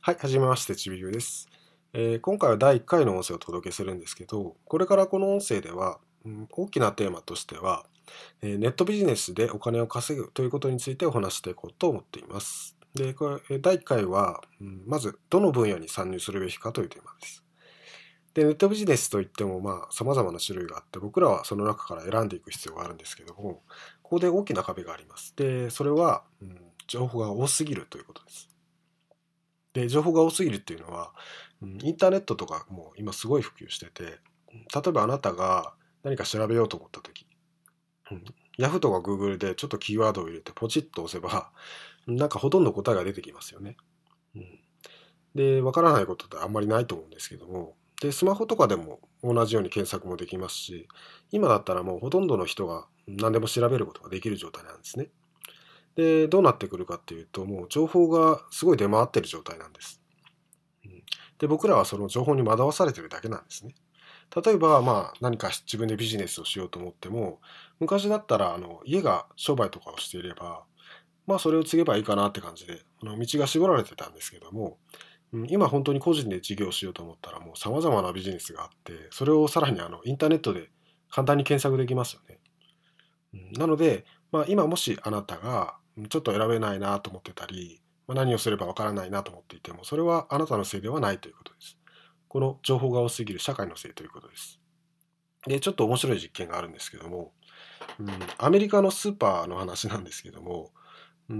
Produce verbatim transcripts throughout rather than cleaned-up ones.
はい、はじめまして、ちびゆうです、えー今回はだいいっかいの音声をお届けするんですけど、これからこの音声では、うん、大きなテーマとしては、えーネットビジネスでお金を稼ぐということについてお話していこうと思っています。で、これ、えーだいいっかいは、うんまず、どの分野に参入するべきかというテーマです。で、ネットビジネスといっても、まあ、様々な種類があって、僕らはその中から選んでいく必要があるんですけども、ここで大きな壁があります。で、それは、うん情報が多すぎるということです。で、情報が多すぎるっていうのは、うんインターネットとかも今すごい普及してて、例えばあなたが何か調べようと思った時、うん、Yahoo とか Google でちょっとキーワードを入れてポチッと押せば、なんかほとんど答えが出てきますよね。うん、で、わからないことってあんまりないと思うんですけども、で、スマホとかでも同じように検索もできますし、今だったらもうほとんどの人が何でも調べることができる状態なんですね。で、どうなってくるかっていうと、もう情報がすごい出回ってる状態なんです。で、僕らはその情報に惑わされてるだけなんですね。例えば、まあ、何か自分でビジネスをしようと思っても、昔だったら、あの、家が商売とかをしていれば、まあ、それを継げばいいかなって感じで、あの道が絞られてたんですけども、うん今本当に個人で事業をしようと思ったら、もう様々なビジネスがあって、それをさらにあの、インターネットで簡単に検索できますよね。うんなので、まあ、今もしあなたがうんちょっと選べないなと思ってたり、まあ、何をすればわからないなと思っていても、それはあなたのせいではないということです。この情報が多すぎる社会のせいということです。で、ちょっと面白い実験があるんですけども、うん、アメリカのスーパーの話なんですけども、うん、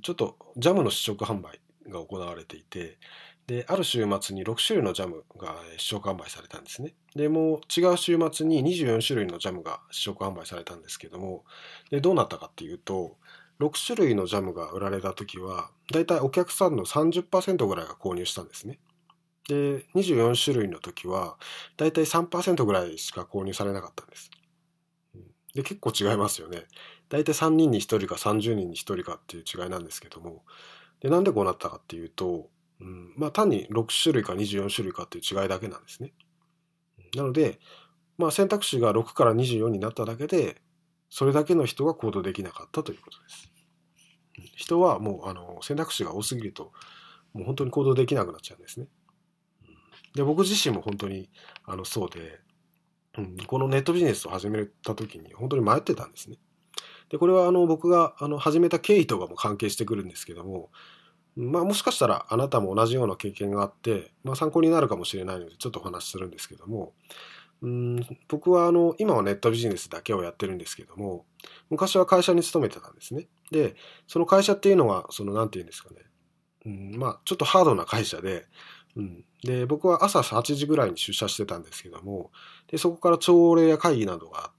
ちょっとジャムの試食販売が行われていて、で、ある週末にろく種類のジャムが試食販売されたんですね。で、もう違う週末ににじゅうよん種類のジャムが試食販売されたんですけども、で、どうなったかっていうと、ろく種類のジャムが売られた時は、だいたいお客さんのさんじゅっパーセントぐらいが購入したんですね。で、にじゅうよん種類の時は、だいたいさんパーセントぐらいしか購入されなかったんです。で、結構違いますよね。だいたいさんにんにひとりかさんじゅうにんにひとりかっていう違いなんですけども、で、なんでこうなったかっていうと、うん、まあ単にろく種類かにじゅうよん種類かっていう違いだけなんですね。なので、まあ選択肢がろくからにじゅうよんになっただけで、それだけの人が行動できなかったということです。人はもうあの選択肢が多すぎると、もう本当に行動できなくなっちゃうんですね。で、僕自身も本当にあのそうで、うん、このネットビジネスを始めた時に本当に迷ってたんですね。で、これはあの僕があの始めた経緯とかも関係してくるんですけども、まあもしかしたらあなたも同じような経験があって、まあ参考になるかもしれないのでちょっとお話しするんですけども、うん、僕はあの今はネットビジネスだけをやってるんですけども、昔は会社に勤めてたんですね。で、その会社っていうのは、そのなんていうんですかね、うん、まあちょっとハードな会社で、うん、で、僕は朝はちじぐらいに出社してたんですけども、で、そこから朝礼や会議などがあって、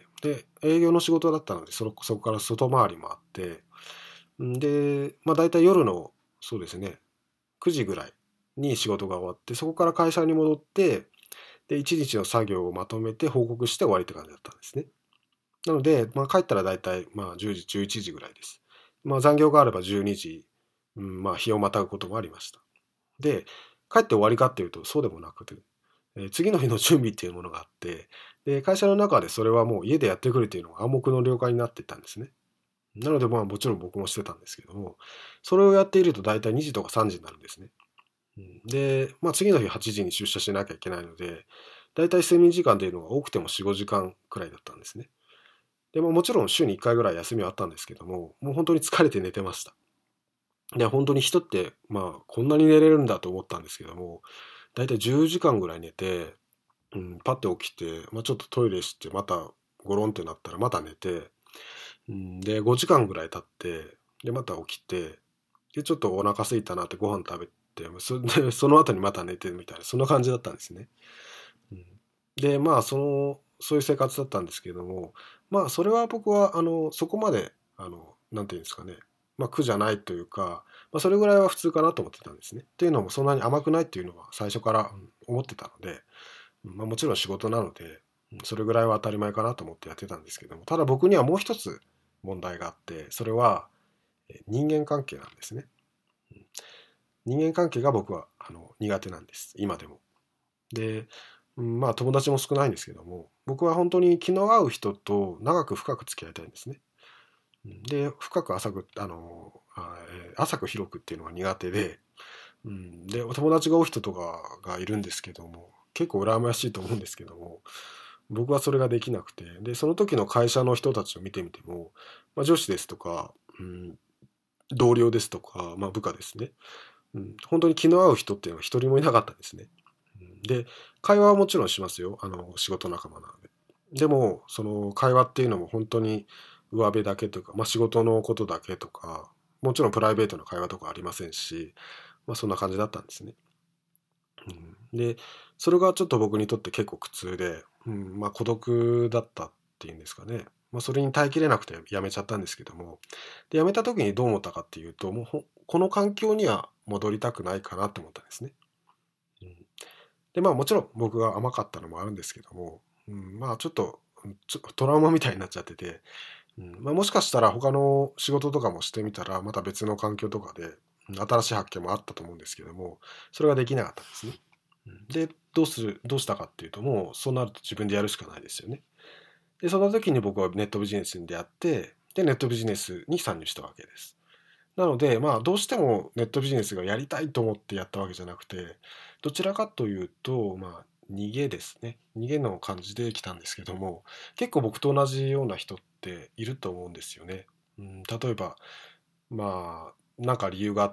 で、営業の仕事だったので、そのそこから外回りもあって、んで、まあ大体夜の、そうですね、くじぐらいに仕事が終わって、そこから会社に戻って、で、いちにちの作業をまとめて報告して終わりって感じだったんですね。なので、まあ帰ったら大体、まあじゅうじ、じゅういちじぐらいです。まあ残業があればじゅうにじ、うん、まあ日をまたぐこともありました。で、帰って終わりかっていうとそうでもなくて、えー次の日の準備っていうものがあって、で、会社の中でそれはもう家でやってくれっていうのが暗黙の了解になっていったんですね。なのでまあもちろん僕もしてたんですけども、それをやっていると大体にじとかさんじになるんですね。うんで、まあ次の日はちじに出社しなきゃいけないので、大体睡眠時間っていうのが多くてもよん、ごじかんくらいだったんですね。でももちろん週にいっかいぐらい休みはあったんですけども、もう本当に疲れて寝てました。で、本当に人って、まあこんなに寝れるんだと思ったんですけども、大体じゅうじかんぐらい寝て、うん、パッて起きて、まあ、ちょっとトイレして、またゴロンってなったらまた寝て、うん、で、ごじかんぐらい経って、で、また起きて、で、ちょっとお腹空いたなってご飯食べて、そで、その後にまた寝てみたいな、そんな感じだったんですね。うん、で、まあ、その、そういう生活だったんですけども、まあ、それは僕は、あの、そこまで、あの、なんていうんですかね、まあ、苦じゃないというか、まあ、それぐらいは普通かなと思ってたんですね。っていうのも、そんなに甘くないっていうのは最初からうん思ってたので、まあ、もちろん仕事なので、それぐらいは当たり前かなと思ってやってたんですけども、ただ僕にはもう一つ問題があって、それは人間関係なんですね。人間関係が僕はあの苦手なんです。今でも。で、まあ友達も少ないんですけども、僕は本当に気の合う人と長く深く付き合いたいんですね。で、深く浅く、あの、浅く広くっていうのが苦手で、 うん、で、お友達が多い人とかがいるんですけども、結構羨ましいと思うんですけども、僕はそれができなくて、で、その時の会社の人たちを見てみても、まあ、上司ですとか、うん、同僚ですとか、まあ、部下ですね、うん、本当に気の合う人っていうのは一人もいなかったんですね。うん、で、会話はもちろんしますよ。あの、仕事仲間なので。でも、その会話っていうのも本当に上辺だけというか、まあ、仕事のことだけとか、もちろんプライベートの会話とかありませんし、まあ、そんな感じだったんですね。うん、で、それがちょっと僕にとって結構苦痛で、うん、まあ孤独だったっていうんですかね。まあそれに耐えきれなくてやめちゃったんですけども、で、やめた時にどう思ったかっていうと、もうほこの環境には戻りたくないかなって思ったんですね。うん、で、まあもちろん僕が甘かったのもあるんですけども、うん、まあちょっとちょトラウマみたいになっちゃってて、うんまあ、もしかしたら他の仕事とかもしてみたら、また別の環境とかでうん新しい発見もあったと思うんですけども、それができなかったんですね。うんで、どうする、どうしたかっていうと、もうそうなると自分でやるしかないですよね。で、その時に僕はネットビジネスに出会って、で、ネットビジネスに参入したわけです。なので、まあ、どうしてもネットビジネスがやりたいと思ってやったわけじゃなくて、どちらかというと、まあ、逃げですね。逃げの感じで来たんですけども、結構僕と同じような人っていると思うんですよね。うん、例えば、まあ、なんか理由があって、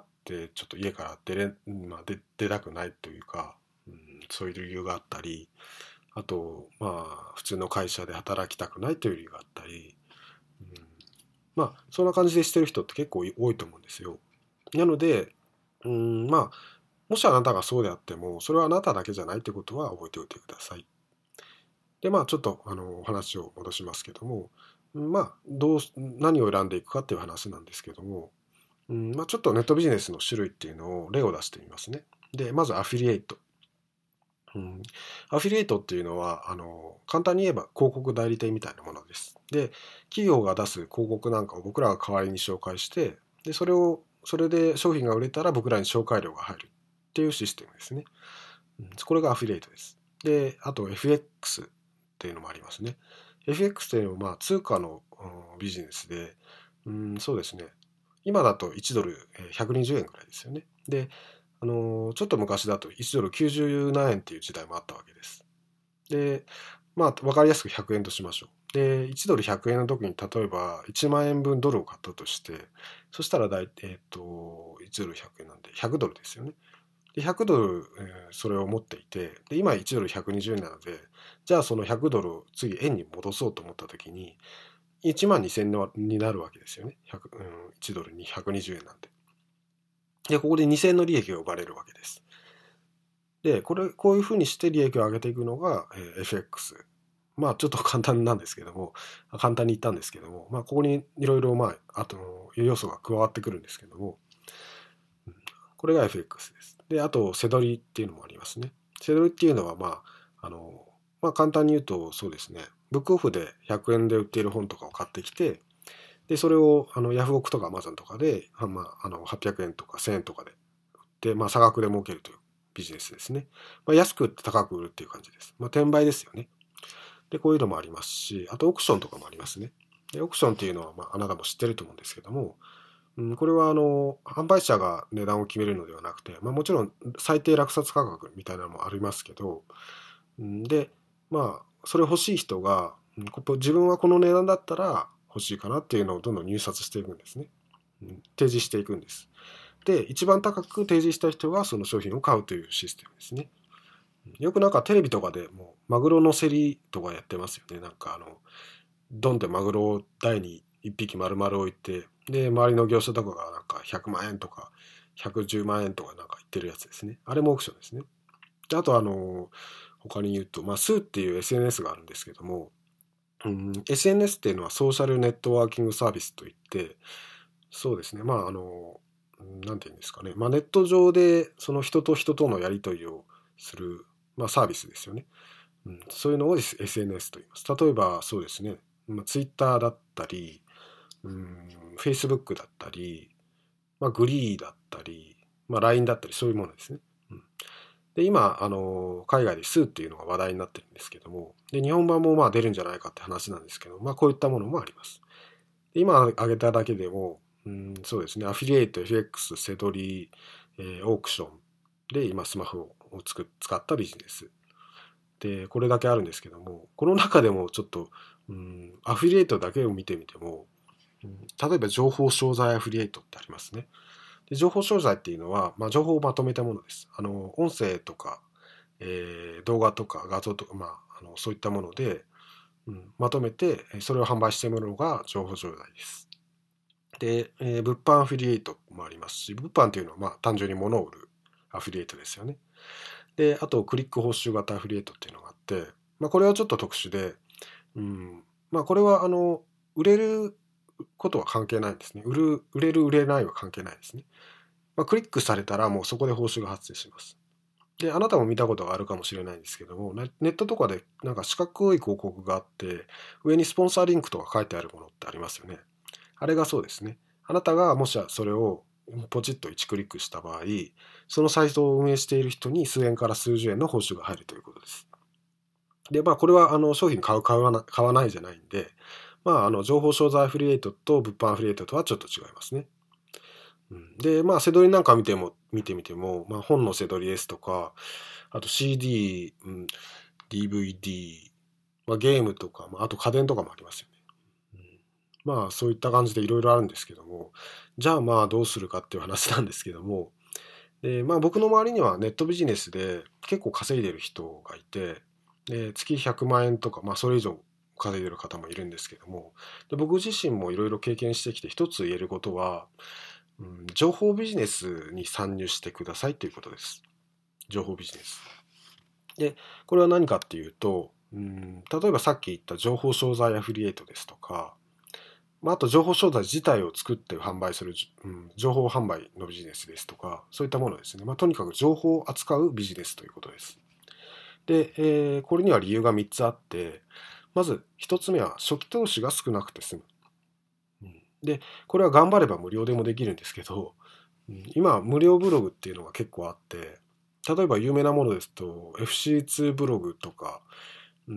ちょっと家から出れ、まあ、出、出たくないというか、うん、そういう理由があったり、あと、まあ、普通の会社で働きたくないという理由があったり、うん、まあ、そんな感じでしてる人って結構多いと思うんですよ。なので、うん、まあ、もしあなたがそうであっても、それはあなただけじゃないってことは覚えておいてください。で、まあ、ちょっと、あの、お話を戻しますけども、まあ、どう、何を選んでいくかっていう話なんですけども、うんまあ、ちょっとネットビジネスの種類っていうのを例を出してみますね。で、まずアフィリエイト。うん、アフィリエイトっていうのは、あの、簡単に言えば広告代理店みたいなものです。で、企業が出す広告なんかを僕らが代わりに紹介して、で、それを、それで商品が売れたら僕らに紹介料が入るっていうシステムですね。うん、これがアフィリエイトです。で、あと エフエックス っていうのもありますね。エフエックス っていうのは、まあ、通貨のうんビジネスで、うん、そうですね。今だといちドルえーひゃくにじゅうえんぐらいですよね。で、あのーちょっと昔だといちドルきゅうじゅう何円っていう時代もあったわけです。で、まあ、わかりやすくひゃくえんとしましょう。で、いちドルひゃくえんの時に例えばいちまん円分ドルを買ったとして、そしたら大体、えっと、いちドルひゃくえんなんでひゃくドルですよね。で、ひゃくドル、えーそれを持っていて、で、今いちドルひゃくにじゅうえんなので、じゃあそのひゃくドルを次円に戻そうと思った時に、いちまんにせん円になるわけですよね。いちうん、いちドルにひゃくにじゅうえんなんで。で、ここでにせんえんの利益が生まれるわけです。で、これ、こういうふうにして利益を上げていくのが、えー エフエックス。まあ、ちょっと簡単なんですけども、簡単に言ったんですけども、まあ、ここにいろいろ、まあ、あと、要素が加わってくるんですけども、これが エフエックス です。で、あと、セドリっていうのもありますね。セドリっていうのは、まあ、あの、まあ、簡単に言うと、そうですね、ブックオフでひゃくえんで売っている本とかを買ってきて、で、それを、あの、ヤフオクとかアマゾンとかで、まあ、あの、はっぴゃくえんとかせんえんとかで売って、まあ、差額で儲けるというビジネスですね。まあ、安く売って高く売るっていう感じです。まあ、転売ですよね。で、こういうのもありますし、あとオークションとかもありますね。で、オークションっていうのは、まあ、あなたも知ってると思うんですけども、うん、これはあの販売者が値段を決めるのではなくて、まあ、もちろん最低落札価格みたいなのもありますけど、うん、でまあそれ欲しい人がうんこ自分はこの値段だったら欲しいかなっていうのをどんどん入札していくんですね。うん、提示していくんです。で一番高く提示した人がその商品を買うというシステムですね。よくなんかテレビとかでもうマグロの競りとかやってますよね。なんかあのドンってマグロを台にいっぴき丸々置いて、で、周りの業者とかがなんかひゃくまん円とかひゃくじゅうまん円とかなんか言ってるやつですね。あれもオークションですね。で、あとあの、他に言うと、まあ、スーっていう エスエヌエス があるんですけども、うん、エスエヌエス っていうのはソーシャルネットワーキングサービスといって、そうですね、まああの、なんていうんですかね、まあ、ネット上でその人と人とのやり取りをする、まあ、サービスですよね。うん、そういうのを エスエヌエス と言います。例えばそうですね、まあ、Twitter だったり、うん、Facebook だったり、まあ、グリーだったり、まあ、ライン だったり、そういうものですね。うん、で、今、あの、海外でスーっていうのが話題になってるんですけども、で、日本版もまあ出るんじゃないかって話なんですけど、まあ、こういったものもあります。で今挙げただけでも、 うん、そうですね、アフィリエイト、エフエックス、セドリ、えーオークションで今スマホをつく使ったビジネス。で、これだけあるんですけども、この中でもちょっと、うん、アフィリエイトだけを見てみても、うん、例えば情報商材アフィリエイトってありますね。で情報商材っていうのは、まあ、情報をまとめたものです。あの、音声とか、えー動画とか画像とか、まあ、あのそういったもので、うん、まとめて、それを販売しているものが情報商材です。で、えー物販アフィリエイトもありますし、物販っていうのは、まあ、単純に物を売るアフィリエイトですよね。で、あと、クリック報酬型アフィリエイトっていうのがあって、まあ、これはちょっと特殊で、うん、まあ、これは、あの、売れることは関係ないんですね。売る、売れる、売れないは関係ないですね。まあ、クリックされたらもうそこで報酬が発生します。で、あなたも見たことがあるかもしれないんですけども、ネネットとかでなんか四角い広告があって、上にスポンサーリンクとか書いてあるものってありますよね。あれがそうですね。あなたがもしそれをポチッといちクリックした場合、そのサイトを運営している人に数円から数十円の報酬が入るということです。で、まあ、これはあの商品買う、買わな買わないじゃないんで、まあ、あの情報商材アフィリエイトと物販アフィリエイトとはちょっと違いますね。うん、で、まあ、セドリなんか見ても、見てみても、まあ、本のセドリですとか、あと シーディー、うん、ディーブイディー、まあ、ゲームとか、まあ、あと家電とかもありますよね。うん、まあ、そういった感じでいろいろあるんですけども、じゃあまあ、どうするかっていう話なんですけども、で、まあ、僕の周りにはネットビジネスで結構稼いでる人がいて、で、月ひゃくまん円とか、まあ、それ以上稼いでる方もいるんですけども、で僕自身もいろいろ経験してきて、一つ言えることは、うん、情報ビジネスに参入してくださいということです。情報ビジネス。で、これは何かっていうと、うん、例えばさっき言った情報商材アフィリエイトですとか、まあ、あと情報商材自体を作って販売する、うん、情報販売のビジネスですとか、そういったものですね。まあ、とにかく情報を扱うビジネスということです。で、えーこれには理由がみっつあって、まずひとつめは初期投資が少なくて済む。うん、で、これは頑張れば無料でもできるんですけど、うん、今無料ブログっていうのが結構あって、例えば有名なものですと エフシーツー ブログとか、うん、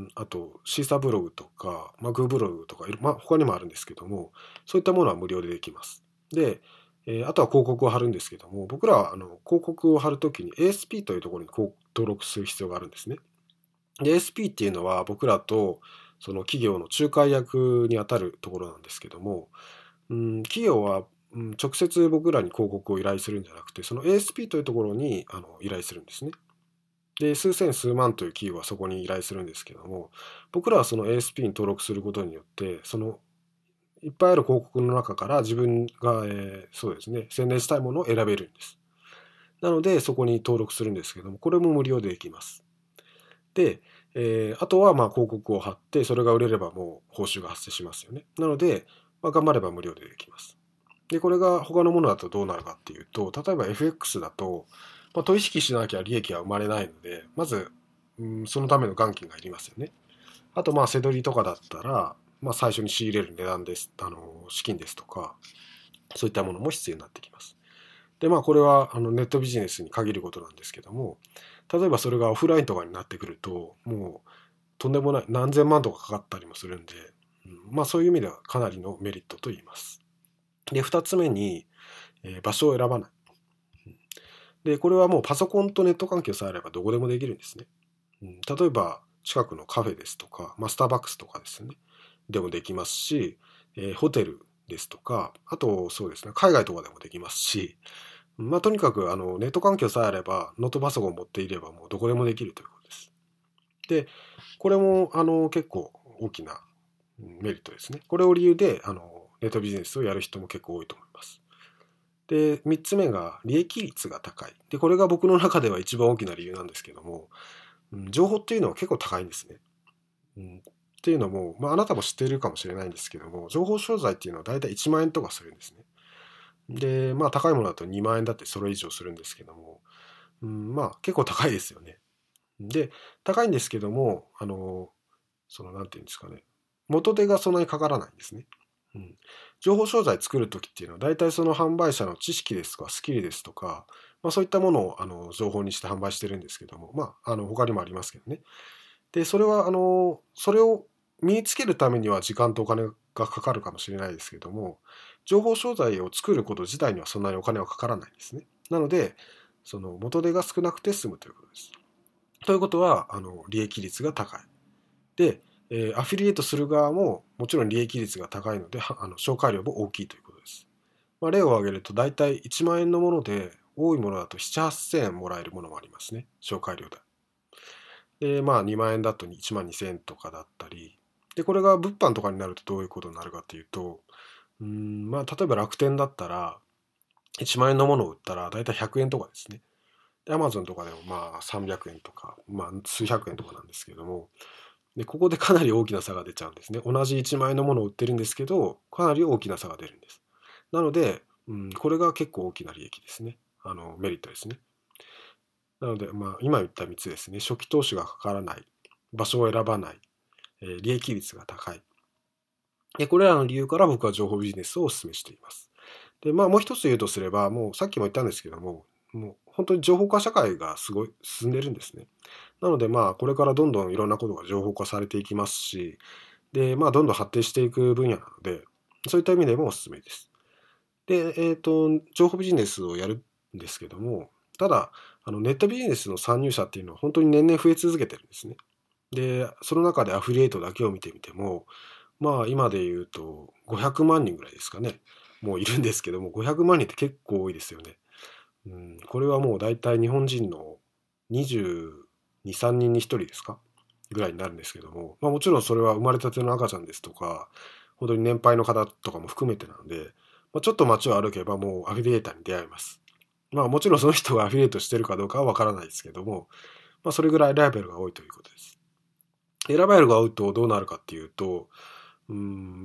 あとシーサーブログとか、まあ、グーブログとか、まあ、他にもあるんですけども、そういったものは無料でできます。で、えーあとは広告を貼るんですけども、僕らはあの広告を貼るときに エーエスピー というところにこう登録する必要があるんですね。で、エーエスピー っていうのは僕らとその企業の仲介役にあたるところなんですけども、うん、企業は、うん、直接僕らに広告を依頼するんじゃなくて、その エーエスピー というところにあの依頼するんですね。で、数千数万という企業はそこに依頼するんですけども、僕らはその エーエスピー に登録することによって、そのいっぱいある広告の中から自分が、えーそうですね、宣伝したいものを選べるんです。なので、そこに登録するんですけども、これも無料でできます。で、えーあとはまあ広告を貼って、それが売れればもう報酬が発生しますよね。なので、まあ、頑張れば無料でできます。で、これが他のものだとどうなるかっていうと、例えば エフエックス だと、まあ、取引しなきゃ利益は生まれないので、まず、うん、そのための元金がいりますよね。あと、まあ、せどりとかだったら、まあ、最初に仕入れる値段です、あの、資金ですとか、そういったものも必要になってきます。で、まあ、これは、あの、ネットビジネスに限ることなんですけども、例えばそれがオフラインとかになってくると、もう、とんでもない、何千万とかかかったりもするんで、うん、まあ、そういう意味ではかなりのメリットと言います。で、二つ目に、えー場所を選ばない。で、これはもうパソコンとネット環境さえあればどこでもできるんですね。うん、例えば、近くのカフェですとか、まあ、スターバックスとかですね。でもできますし、えーホテルですとか、あとそうですね、海外とかでもできますし、まあ、とにかくあのネット環境さえあれば、ノートパソコンを持っていればもうどこでもできるということです。で、これもあの結構大きなメリットですね。これを理由であのネットビジネスをやる人も結構多いと思います。で、みっつめが利益率が高い。で、これが僕の中では一番大きな理由なんですけども、うん、情報っていうのは結構高いんですね。うん、っていうのも、まあ、あなたも知っているかもしれないんですけども、情報商材っていうのはだいたいいちまん円とかするんですね。で、まあ高いものだとにまん円だってそれ以上するんですけども、うん、まあ結構高いですよね。で、高いんですけども、あの、そのなんていうんですかね、元手がそんなにかからないんですね。うん、情報商材作るときっていうのは、大体その販売者の知識ですとか、スキルですとか、まあ、そういったものをあの情報にして販売してるんですけども、まあ、あの他にもありますけどね。で、それは、あの、それを身につけるためには時間とお金がかかるかもしれないですけども、 情報商材を作ること自体にはそんなにお金はかからないんですね。なので、その元手が少なくて済むということです。ということは、あの利益率が高い。で、えーアフィリエイトする側ももちろん利益率が高いので、はあの紹介量も大きいということです。まあ、例を挙げると、だいたいいちまん円のもので、多いものだとなな、はっせんえんもらえるものもありますね。紹介料で。で、まあにまん円だといちまんにせんえんとかだったり、で、これが物販とかになるとどういうことになるかっていうと、うーん、まあ例えば楽天だったら、いちまん円のものを売ったらだいたいひゃくえんとかですね。で、アマゾンとかでもまあさんびゃくえんとか、まあ数百円とかなんですけども、で、ここでかなり大きな差が出ちゃうんですね。同じいちまん円のものを売ってるんですけど、かなり大きな差が出るんです。なので、うん、これが結構大きな利益ですね。あの、メリットですね。なので、まあ、今言ったみっつですね。初期投資がかからない。場所を選ばない。えー利益率が高い。で、これらの理由から僕は情報ビジネスをお勧めしています。で、まあ、もう一つ言うとすれば、もうさっきも言ったんですけども、もう本当に情報化社会がすごい進んでるんですね。なので、まあ、これからどんどんいろんなことが情報化されていきますし、で、まあ、どんどん発展していく分野なので、そういった意味でもおすすめです。で、えっと、情報ビジネスをやるんですけども、ただ、あのネットビジネスの参入者っていうのは本当に年々増え続けてるんですね。で、その中でアフィリエイトだけを見てみても、まあ今で言うとごひゃくまん人ぐらいですかね。もういるんですけども、ごひゃくまん人って結構多いですよね。うん、これはもう大体日本人のにじゅうに、さんにんにひとりですかぐらいになるんですけども、まあもちろんそれは生まれたての赤ちゃんですとか、本当に年配の方とかも含めてなので、まあ、ちょっと街を歩けばもうアフィリエイターに出会います。まあもちろんその人がアフィリエイトしてるかどうかはわからないですけども、まあそれぐらいライバルが多いということです。でライバルが多いとどうなるかっていうと、うん、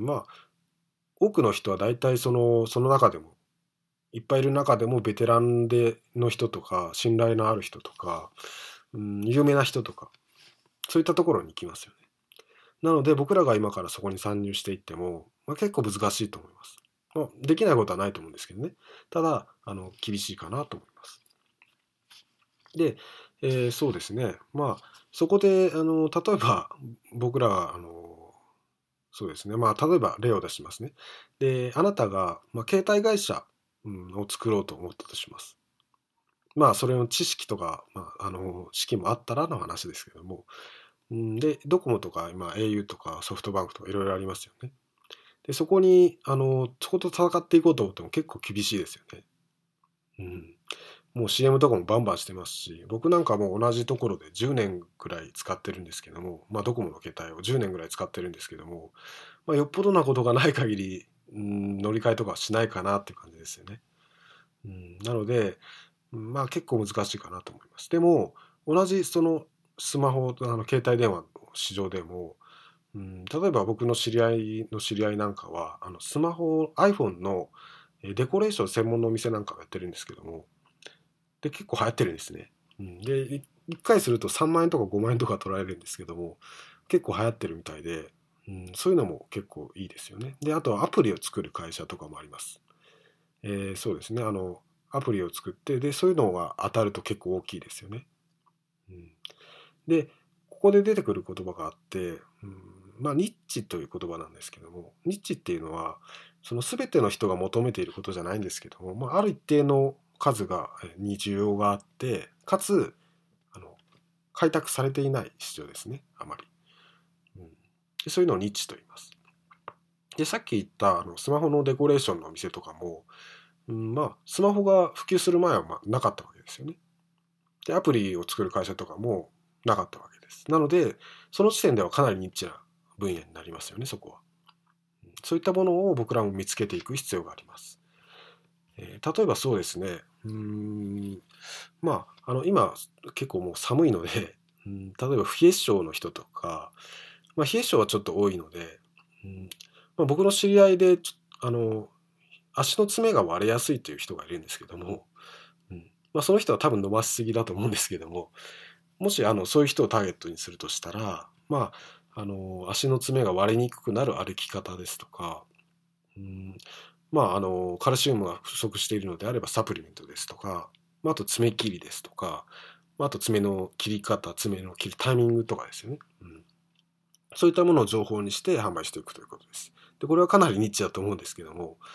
まあ多くの人は大体その、その中でも、いっぱいいる中でもベテランでの人とか、信頼のある人とか、うん、有名な人とか、そういったところに行きますよね。なので僕らが今からそこに参入していっても、まあ、結構難しいと思います。まあ、できないことはないと思うんですけどね。ただ、あの、厳しいかなと思います。で、えーそうですね。まあ、そこで、あの、例えば、僕らが、あの、そうですね。まあ、例えば例を出しますね。で、あなたが、まあ、携帯会社、うん、を作ろうと思ったとします。まあ、それの知識とか、まあ、あの、資金もあったらの話ですけども。うん、で、ドコモとか、今、au とかソフトバンクとかいろいろありますよね。で、そこに、あの、そこと戦っていこうと思っても結構厳しいですよね。うん。もう シーエム とかもバンバンしてますし、僕なんかもう同じところでじゅうねんくらい使ってるんですけども、まあドコモの携帯をじゅうねんぐらい使ってるんですけども、まあよっぽどなことがない限り、うん、乗り換えとかはしないかなっていう感じですよね。うん、なので、うんまあ結構難しいかなと思います。でも、同じそのスマホ、あの携帯電話の市場でも、うん、例えば僕の知り合いの知り合いなんかは、あのスマホ、iPhone のえデコレーション専門のお店なんかがやってるんですけども、で、結構流行ってるんですね。うん、で、い一回するとさんまん円とかごまん円とか取られるんですけども、結構流行ってるみたいで、うん、そういうのも結構いいですよね。で、あとはアプリを作る会社とかもあります。えーそうですね。あの、アプリを作って、で、そういうのが当たると結構大きいですよね。うん、で、ここで出てくる言葉があって、うん、まあ、ニッチという言葉なんですけども、ニッチっていうのは、その全ての人が求めていることじゃないんですけども、まあ、ある一定の数が、に需要があって、かつ、あの、開拓されていない市場ですね、あまり。うん、でそういうのをニッチと言います。で、さっき言ったあのスマホのデコレーションのお店とかも、うん、まあ、スマホが普及する前はまあなかったわけですよね。で、アプリを作る会社とかもなかったわけです。なので、その時点ではかなりニッチな分野になりますよね、そこは。そういったものを僕らも見つけていく必要があります。えー例えばそうですね、うーん、まあ、あの、今、結構もう寒いので、うん、例えば冷え性の人とか、まあ、冷え性はちょっと多いので、うんまあ、僕の知り合いでちょあの、足の爪が割れやすいという人がいるんですけども、うんまあ、その人は多分伸ばしすぎだと思うんですけども、もしあのそういう人をターゲットにするとしたら、まあ、あの足の爪が割れにくくなる歩き方ですとか、うん、まああのカルシウムが不足しているのであればサプリメントですとか、まあ、あと爪切りですとか、まあ、あと爪の切り方、爪の切るタイミングとかですよね、うん、そういったものを情報にして販売していくということです。でこれはかなりニッチだと思うんですけども、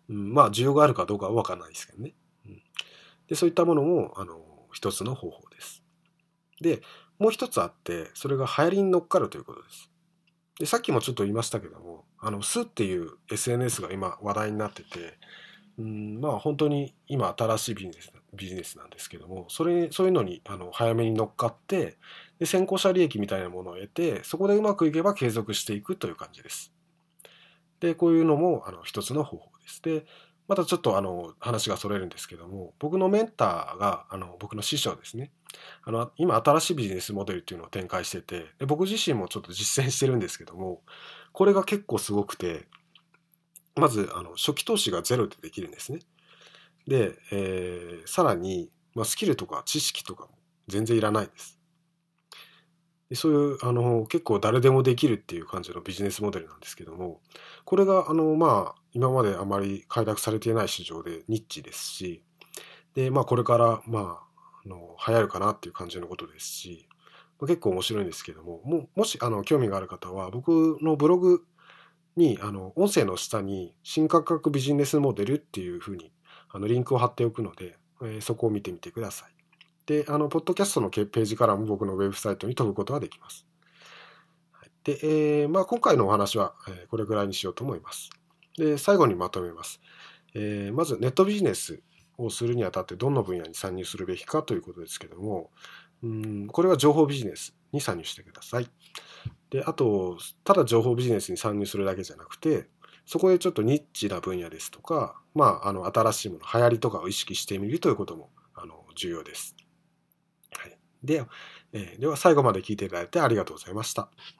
うん、まあ需要があるかどうかは分からないですけどね。うん、でそういったものもあの一つの方法です。でもう一つあって、それが流行りに乗っかるということです。でさっきもちょっと言いましたけども、あのスっていう エスエヌエス が今話題になってて、うん、まあ本当に今新しいビジネスビジネスなんですけども、それそういうのにあの早めに乗っかって、で先行者利益みたいなものを得て、そこでうまくいけば継続していくという感じです。でこういうのもあの一つの方法です。でまたちょっとあの話がそれるんですけども、僕のメンターがあの僕の師匠ですね、あの今新しいビジネスモデルっていうのを展開してて、で僕自身もちょっと実践してるんですけども、これが結構すごくて、まずあの初期投資がゼロでできるんですね。で、えーさらに、まあ、スキルとか知識とかも全然いらないです。でそういうあの結構誰でもできるっていう感じのビジネスモデルなんですけども、これがあのまあ今まであまり開拓されていない市場でニッチですし、でまあこれからまああの流行るかなっていう感じのことですし、まあ結構面白いんですけども、ももしあの興味がある方は僕のブログにあの音声の下に新価格ビジネスモデルっていうふうにあのリンクを貼っておくので、えーそこを見てみてください。で、あの、ポッドキャストのページからも僕のウェブサイトに飛ぶことができます。で、えーまあ、今回のお話はえーこれぐらいにしようと思います。で、最後にまとめます。えーまず、ネットビジネスをするにあたってどの分野に参入するべきかということですけども、うん、これは情報ビジネスに参入してください。で、あと、ただ情報ビジネスに参入するだけじゃなくて、そこでちょっとニッチな分野ですとか、まあ、あの、新しいもの、流行りとかを意識してみるということも、あの、重要です。はい。で、えーでは最後まで聞いていただいてありがとうございました。